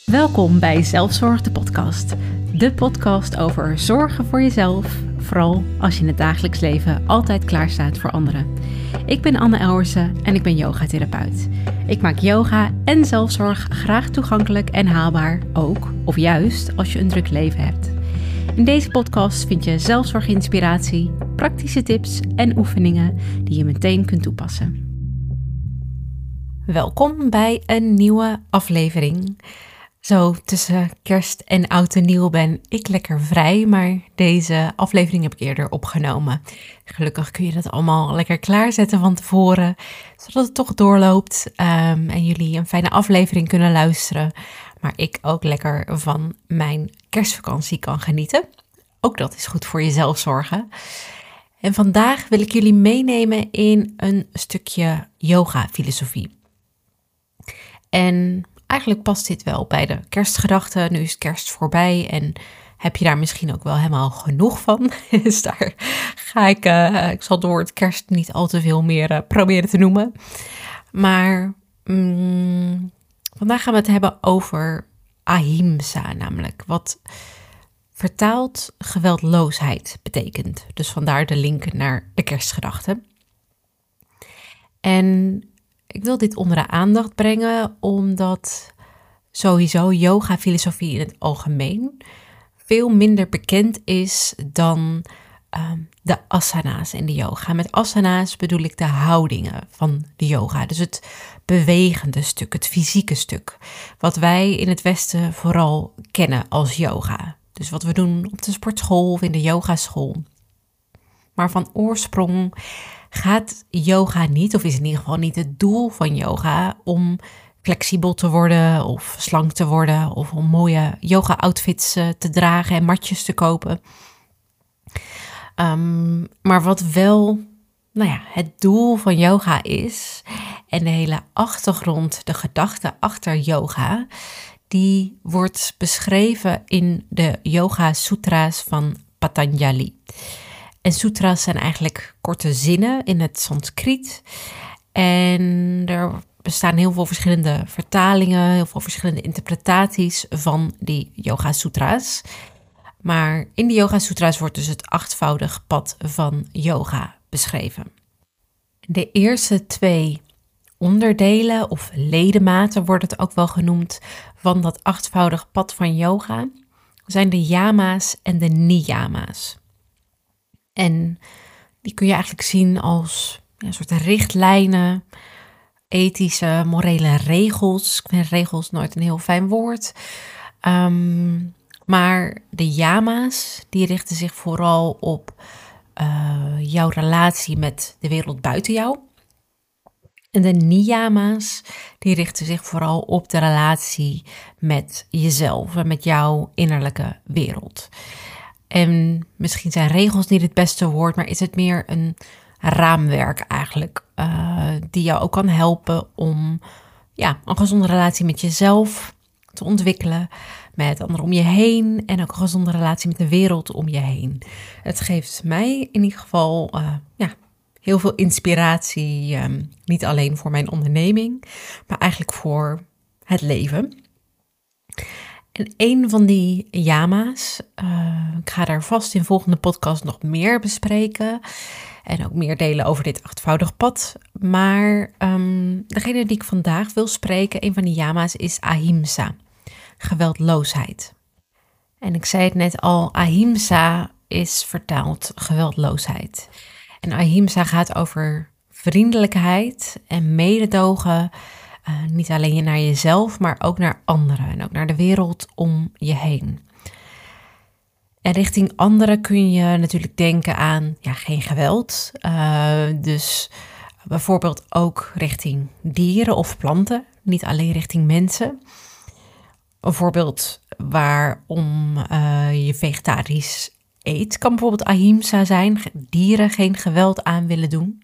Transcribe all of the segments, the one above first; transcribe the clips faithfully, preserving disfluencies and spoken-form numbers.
Welkom bij Zelfzorg de podcast. De podcast over zorgen voor jezelf, vooral als je in het dagelijks leven altijd klaarstaat voor anderen. Ik ben Anne Elwersen en ik ben yogatherapeut. Ik maak yoga en zelfzorg graag toegankelijk en haalbaar, ook of juist als je een druk leven hebt. In deze podcast vind je zelfzorginspiratie, praktische tips en oefeningen die je meteen kunt toepassen. Welkom bij een nieuwe aflevering. Zo tussen kerst en oud en nieuw ben ik lekker vrij, maar deze aflevering heb ik eerder opgenomen. Gelukkig kun je dat allemaal lekker klaarzetten van tevoren, zodat het toch doorloopt um, en jullie een fijne aflevering kunnen luisteren. Maar ik ook lekker van mijn kerstvakantie kan genieten. Ook dat is goed voor je zelfzorgen. En vandaag wil ik jullie meenemen in een stukje yoga-filosofie. En eigenlijk past dit wel bij de kerstgedachten. Nu is kerst voorbij en heb je daar misschien ook wel helemaal genoeg van. Dus daar ga ik, uh, ik zal door het kerst niet al te veel meer uh, proberen te noemen. Maar um, vandaag gaan we het hebben over ahimsa, namelijk wat vertaald geweldloosheid betekent. Dus vandaar de link naar de kerstgedachten. En ik wil dit onder de aandacht brengen, omdat sowieso yoga-filosofie in het algemeen veel minder bekend is dan uh, de asana's in de yoga. Met asana's bedoel ik de houdingen van de yoga. Dus het bewegende stuk, het fysieke stuk. Wat wij in het Westen vooral kennen als yoga. Dus wat we doen op de sportschool of in de yogaschool. Maar van oorsprong gaat yoga niet, of is in ieder geval niet het doel van yoga, om flexibel te worden of slank te worden of om mooie yoga-outfits te dragen en matjes te kopen. Um, maar wat wel nou ja, het doel van yoga is, en de hele achtergrond, de gedachte achter yoga, die wordt beschreven in de Yoga Sutra's van Patanjali. En sutra's zijn eigenlijk korte zinnen in het Sanskriet. En er bestaan heel veel verschillende vertalingen, heel veel verschillende interpretaties van die Yoga Sutra's. Maar in de Yoga Sutra's wordt dus het achtvoudig pad van yoga beschreven. De eerste twee onderdelen of ledematen wordt het ook wel genoemd van dat achtvoudig pad van yoga zijn de yama's en de niyama's. En die kun je eigenlijk zien als ja, een soort richtlijnen, ethische, morele regels. Ik vind regels nooit een heel fijn woord. Um, maar de yama's, die richten zich vooral op uh, jouw relatie met de wereld buiten jou. En de niyama's, die richten zich vooral op de relatie met jezelf en met jouw innerlijke wereld. En misschien zijn regels niet het beste woord, maar is het meer een raamwerk eigenlijk. Uh, die jou ook kan helpen om ja, een gezonde relatie met jezelf te ontwikkelen. Met anderen om je heen en ook een gezonde relatie met de wereld om je heen. Het geeft mij in ieder geval uh, ja, heel veel inspiratie. Um, niet alleen voor mijn onderneming, maar eigenlijk voor het leven. En een van die yama's, uh, ik ga daar vast in volgende podcast nog meer bespreken en ook meer delen over dit achtvoudig pad. Maar um, degene die ik vandaag wil spreken, een van die yama's, is ahimsa, geweldloosheid. En ik zei het net al, ahimsa is vertaald geweldloosheid. En ahimsa gaat over vriendelijkheid en mededogen. Uh, niet alleen naar jezelf, maar ook naar anderen en ook naar de wereld om je heen. En richting anderen kun je natuurlijk denken aan ja, geen geweld. Uh, dus bijvoorbeeld ook richting dieren of planten, niet alleen richting mensen. Een voorbeeld waarom uh, je vegetarisch eet kan bijvoorbeeld ahimsa zijn. Dieren geen geweld aan willen doen.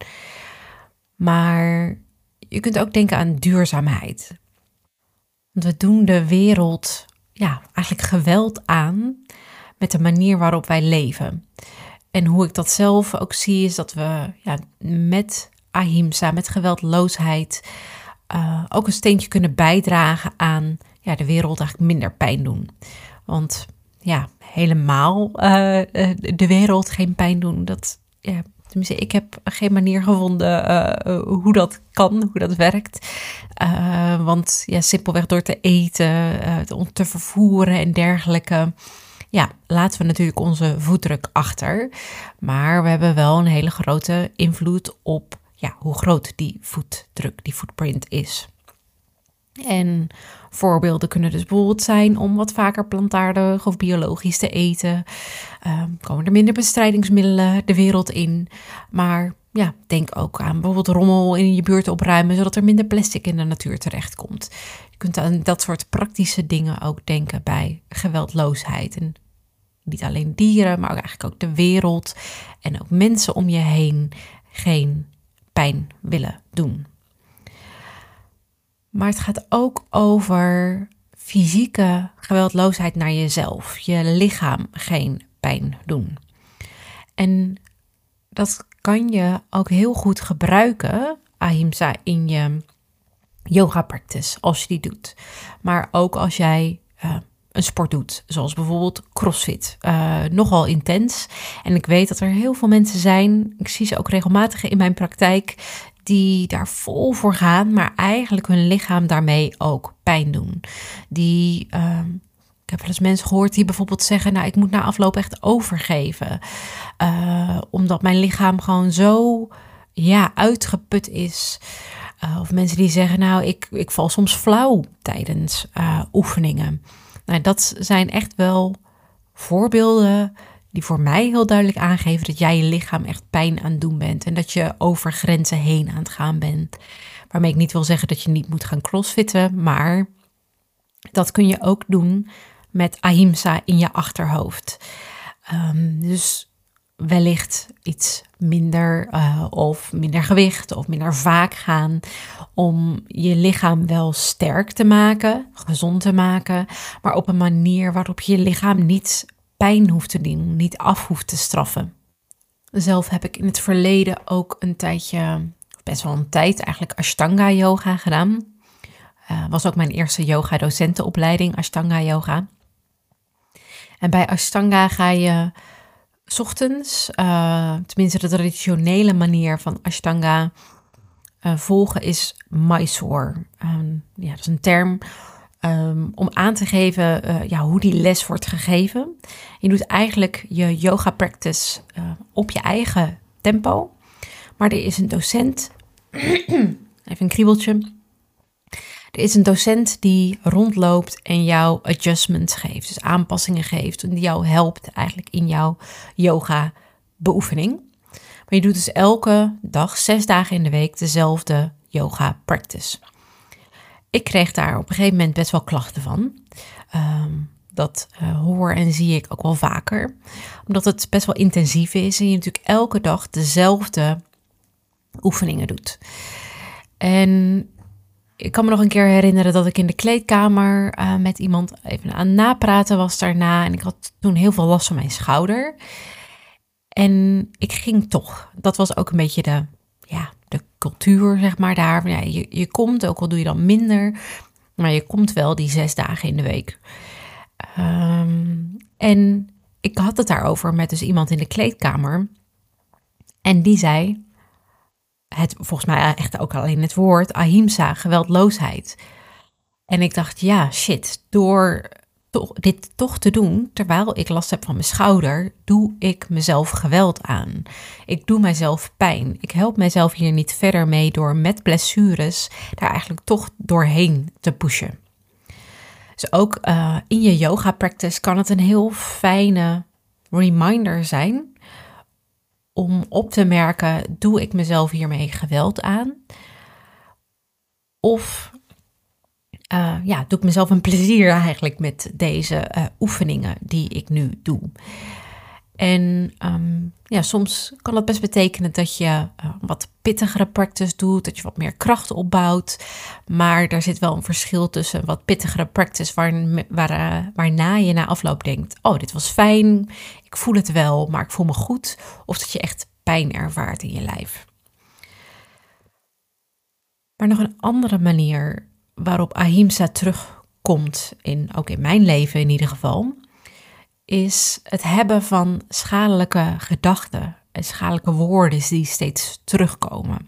Maar je kunt ook denken aan duurzaamheid. Want we doen de wereld ja, eigenlijk geweld aan met de manier waarop wij leven. En hoe ik dat zelf ook zie is dat we ja, met ahimsa, met geweldloosheid, uh, ook een steentje kunnen bijdragen aan ja, de wereld eigenlijk minder pijn doen. Want ja, helemaal uh, de wereld geen pijn doen, dat, ja, tenminste, ik heb geen manier gevonden uh, hoe dat kan, hoe dat werkt. Uh, want ja, simpelweg door te eten, uh, te, te vervoeren en dergelijke, ja, laten we natuurlijk onze voetdruk achter. Maar we hebben wel een hele grote invloed op ja, hoe groot die voetdruk, die footprint is. En voorbeelden kunnen dus bijvoorbeeld zijn om wat vaker plantaardig of biologisch te eten. Um, komen er minder bestrijdingsmiddelen de wereld in. Maar ja, denk ook aan bijvoorbeeld rommel in je buurt opruimen, zodat er minder plastic in de natuur terechtkomt. Je kunt aan dat soort praktische dingen ook denken bij geweldloosheid. En niet alleen dieren, maar ook eigenlijk ook de wereld en ook mensen om je heen geen pijn willen doen. Maar het gaat ook over fysieke geweldloosheid naar jezelf. Je lichaam geen pijn doen. En dat kan je ook heel goed gebruiken, ahimsa, in je yoga practice, als je die doet. Maar ook als jij uh, een sport doet, zoals bijvoorbeeld CrossFit. Uh, nogal intens. En ik weet dat er heel veel mensen zijn, ik zie ze ook regelmatig in mijn praktijk, die daar vol voor gaan, maar eigenlijk hun lichaam daarmee ook pijn doen. Die, uh, ik heb wel eens mensen gehoord die bijvoorbeeld zeggen, nou, ik moet na afloop echt overgeven. Uh, omdat mijn lichaam gewoon zo, ja, uitgeput is. Uh, of mensen die zeggen, nou, ik, ik val soms flauw tijdens uh, oefeningen. Nou, dat zijn echt wel voorbeelden die voor mij heel duidelijk aangeven dat jij je lichaam echt pijn aan het doen bent. En dat je over grenzen heen aan het gaan bent. Waarmee ik niet wil zeggen dat je niet moet gaan crossfitten. Maar dat kun je ook doen met ahimsa in je achterhoofd. Um, dus wellicht iets minder uh, of minder gewicht of minder vaak gaan. Om je lichaam wel sterk te maken, gezond te maken. Maar op een manier waarop je lichaam niet pijn hoeft te doen, niet af hoeft te straffen. Zelf heb ik in het verleden ook een tijdje, best wel een tijd eigenlijk, Ashtanga yoga gedaan. Uh, was ook mijn eerste yoga docentenopleiding, Ashtanga yoga. En bij Ashtanga ga je 's ochtends, uh, tenminste de traditionele manier van Ashtanga uh, volgen is Mysore. Um, ja, dat is een term Um, om aan te geven uh, ja, hoe die les wordt gegeven. Je doet eigenlijk je yoga practice uh, op je eigen tempo. Maar er is een docent, even een kriebeltje. Er is een docent die rondloopt en jou adjustments geeft. Dus aanpassingen geeft en die jou helpt eigenlijk in jouw yoga beoefening. Maar je doet dus elke dag, zes dagen in de week, dezelfde yoga practice. Ik kreeg daar op een gegeven moment best wel klachten van. Um, dat uh, hoor en zie ik ook wel vaker. Omdat het best wel intensief is en je natuurlijk elke dag dezelfde oefeningen doet. En ik kan me nog een keer herinneren dat ik in de kleedkamer uh, met iemand even aan het napraten was daarna. En ik had toen heel veel last van mijn schouder. En ik ging toch. Dat was ook een beetje de, ja, de cultuur, zeg maar, daar. Ja, je, je komt, ook al doe je dan minder, maar je komt wel die zes dagen in de week. Um, en ik had het daarover met dus iemand in de kleedkamer. En die zei, het, volgens mij echt ook alleen het woord, ahimsa, geweldloosheid. En ik dacht, ja, shit, door toch, dit toch te doen, terwijl ik last heb van mijn schouder, doe ik mezelf geweld aan. Ik doe mijzelf pijn. Ik help mijzelf hier niet verder mee door met blessures daar eigenlijk toch doorheen te pushen. Dus ook uh, in je yoga practice kan het een heel fijne reminder zijn om op te merken, doe ik mezelf hiermee geweld aan? Of uh, ja, doe ik mezelf een plezier eigenlijk met deze uh, oefeningen die ik nu doe? En um, ja, soms kan dat best betekenen dat je uh, wat pittigere practice doet, dat je wat meer kracht opbouwt. Maar er zit wel een verschil tussen wat pittigere practice waar, waar, uh, waarna je na afloop denkt, oh, dit was fijn, ik voel het wel, maar ik voel me goed. Of dat je echt pijn ervaart in je lijf. Maar nog een andere manier waarop ahimsa terug komt, in, ook in mijn leven in ieder geval, is het hebben van schadelijke gedachten en schadelijke woorden die steeds terugkomen.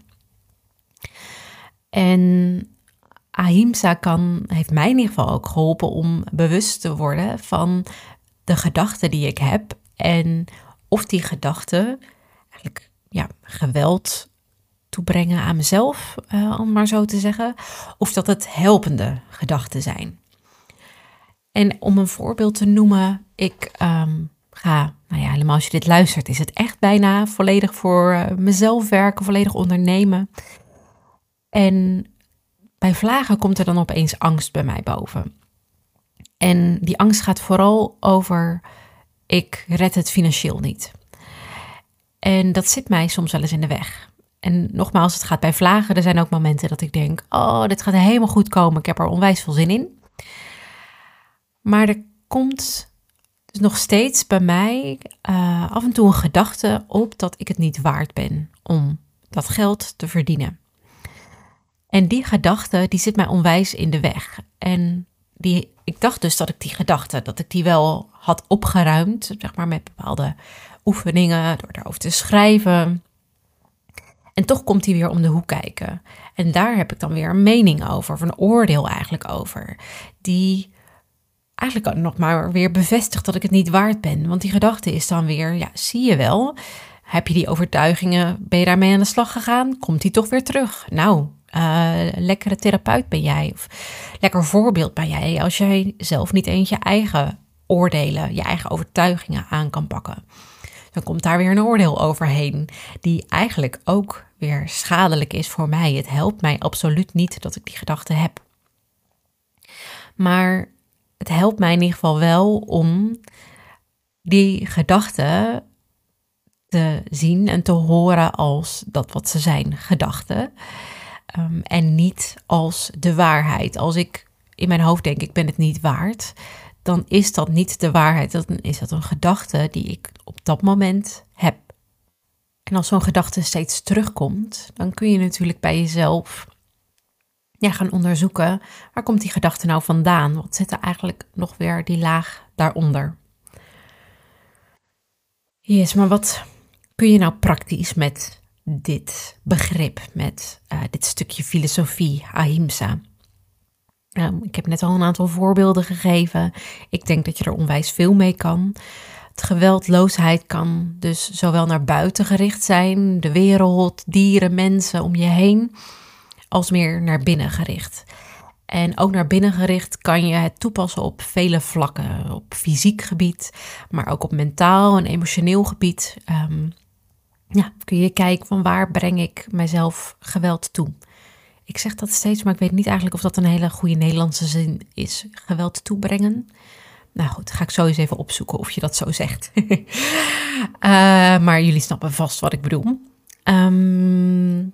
En ahimsa kan, heeft mij in ieder geval ook geholpen om bewust te worden van de gedachten die ik heb en of die gedachten eigenlijk ja, geweld toebrengen aan mezelf, uh, om maar zo te zeggen, of dat het helpende gedachten zijn. En om een voorbeeld te noemen, ik um, ga, nou ja, helemaal als je dit luistert, is het echt bijna volledig voor uh, mezelf werken, volledig ondernemen. En bij vlagen komt er dan opeens angst bij mij boven. En die angst gaat vooral over, ik red het financieel niet. En dat zit mij soms wel eens in de weg. En nogmaals, het gaat bij vlagen. Er zijn ook momenten dat ik denk, oh, dit gaat helemaal goed komen. Ik heb er onwijs veel zin in. Maar er komt dus nog steeds bij mij uh, af en toe een gedachte op dat ik het niet waard ben om dat geld te verdienen. En die gedachte, die zit mij onwijs in de weg. En die, ik dacht dus dat ik die gedachte, dat ik die wel had opgeruimd, zeg maar met bepaalde oefeningen, door daarover te schrijven. En toch komt die weer om de hoek kijken. En daar heb ik dan weer een mening over, of een oordeel eigenlijk over, die eigenlijk nog maar weer bevestigt dat ik het niet waard ben. Want die gedachte is dan weer, ja, zie je wel, heb je die overtuigingen, ben je daarmee aan de slag gegaan? Komt die toch weer terug? Nou, uh, lekkere therapeut ben jij, of lekker voorbeeld ben jij, als jij zelf niet eens je eigen oordelen, je eigen overtuigingen aan kan pakken. Dan komt daar weer een oordeel overheen, die eigenlijk ook weer schadelijk is voor mij. Het helpt mij absoluut niet dat ik die gedachte heb. Maar het helpt mij in ieder geval wel om die gedachten te zien en te horen als dat wat ze zijn, gedachten. Um, en niet als de waarheid. Als ik in mijn hoofd denk, ik ben het niet waard, dan is dat niet de waarheid. Dan is dat een gedachte die ik op dat moment heb. En als zo'n gedachte steeds terugkomt, dan kun je natuurlijk bij jezelf ja, gaan onderzoeken, waar komt die gedachte nou vandaan? Wat zit er eigenlijk nog weer die laag daaronder? Yes, maar wat kun je nou praktisch met dit begrip, met uh, dit stukje filosofie, ahimsa? Um, ik heb net al een aantal voorbeelden gegeven. Ik denk dat je er onwijs veel mee kan. Het geweldloosheid kan dus zowel naar buiten gericht zijn, de wereld, dieren, mensen om je heen, als meer naar binnen gericht. En ook naar binnen gericht kan je het toepassen op vele vlakken. Op fysiek gebied, maar ook op mentaal en emotioneel gebied. Um, ja, kun je kijken van waar breng ik mijzelf geweld toe. Ik zeg dat steeds, maar ik weet niet eigenlijk of dat een hele goede Nederlandse zin is. Geweld toebrengen. Nou goed, ga ik zo eens even opzoeken of je dat zo zegt. uh, maar jullie snappen vast wat ik bedoel. Um,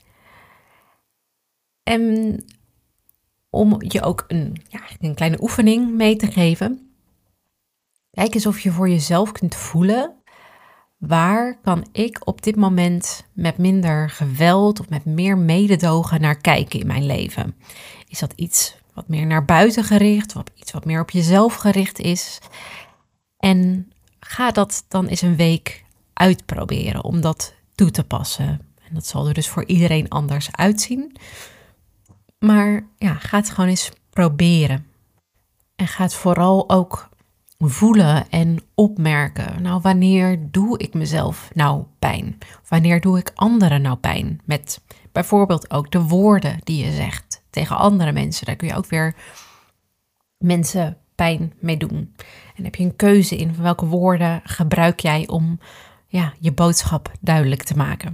en om je ook een, ja, een kleine oefening mee te geven. Kijk eens of je voor jezelf kunt voelen. Waar kan ik op dit moment met minder geweld of met meer mededogen naar kijken in mijn leven? Is dat iets wat meer naar buiten gericht, of iets wat meer op jezelf gericht is? En ga dat dan eens een week uitproberen om dat toe te passen. En dat zal er dus voor iedereen anders uitzien. Maar ja, ga het gewoon eens proberen. En ga het vooral ook voelen en opmerken. Nou, wanneer doe ik mezelf nou pijn? Wanneer doe ik anderen nou pijn? Met bijvoorbeeld ook de woorden die je zegt tegen andere mensen. Daar kun je ook weer mensen pijn mee doen. En heb je een keuze in van welke woorden gebruik jij om ja, je boodschap duidelijk te maken.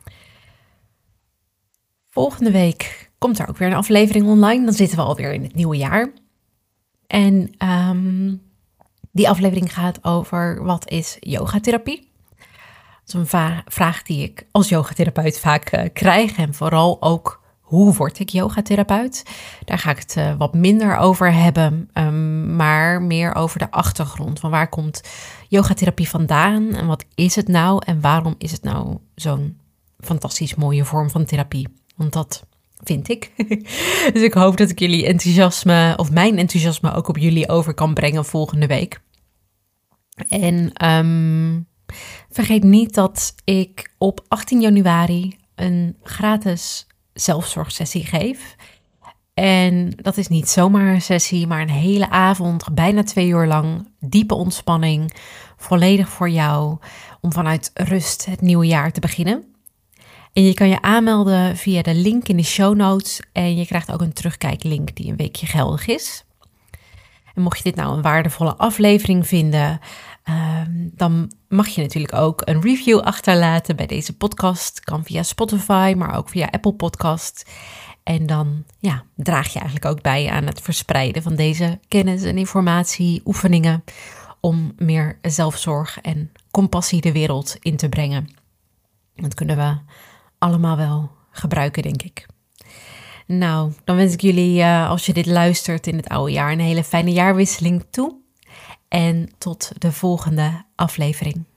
Volgende week komt er ook weer een aflevering online. Dan zitten we alweer in het nieuwe jaar. En um, die aflevering gaat over wat is yogatherapie. Dat is een va- vraag die ik als yogatherapeut vaak uh, krijg. En vooral ook, hoe word ik yogatherapeut? Daar ga ik het uh, wat minder over hebben. Um, maar meer over de achtergrond. Van waar komt yogatherapie vandaan? En wat is het nou? En waarom is het nou zo'n fantastisch mooie vorm van therapie? Want dat vind ik. Dus ik hoop dat ik jullie enthousiasme, of mijn enthousiasme ook op jullie over kan brengen volgende week. En um, vergeet niet dat ik op achttien januari een gratis zelfzorgsessie geef. En dat is niet zomaar een sessie, maar een hele avond, bijna twee uur lang, diepe ontspanning, volledig voor jou, om vanuit rust het nieuwe jaar te beginnen. En je kan je aanmelden via de link in de show notes en je krijgt ook een terugkijklink die een weekje geldig is. En mocht je dit nou een waardevolle aflevering vinden, uh, dan mag je natuurlijk ook een review achterlaten bij deze podcast. Kan via Spotify, maar ook via Apple Podcast. En dan ja, draag je eigenlijk ook bij aan het verspreiden van deze kennis en informatie, oefeningen, om meer zelfzorg en compassie de wereld in te brengen. Dat kunnen we allemaal wel gebruiken, denk ik. Nou, dan wens ik jullie, uh, als je dit luistert in het oude jaar, een hele fijne jaarwisseling toe. En tot de volgende aflevering.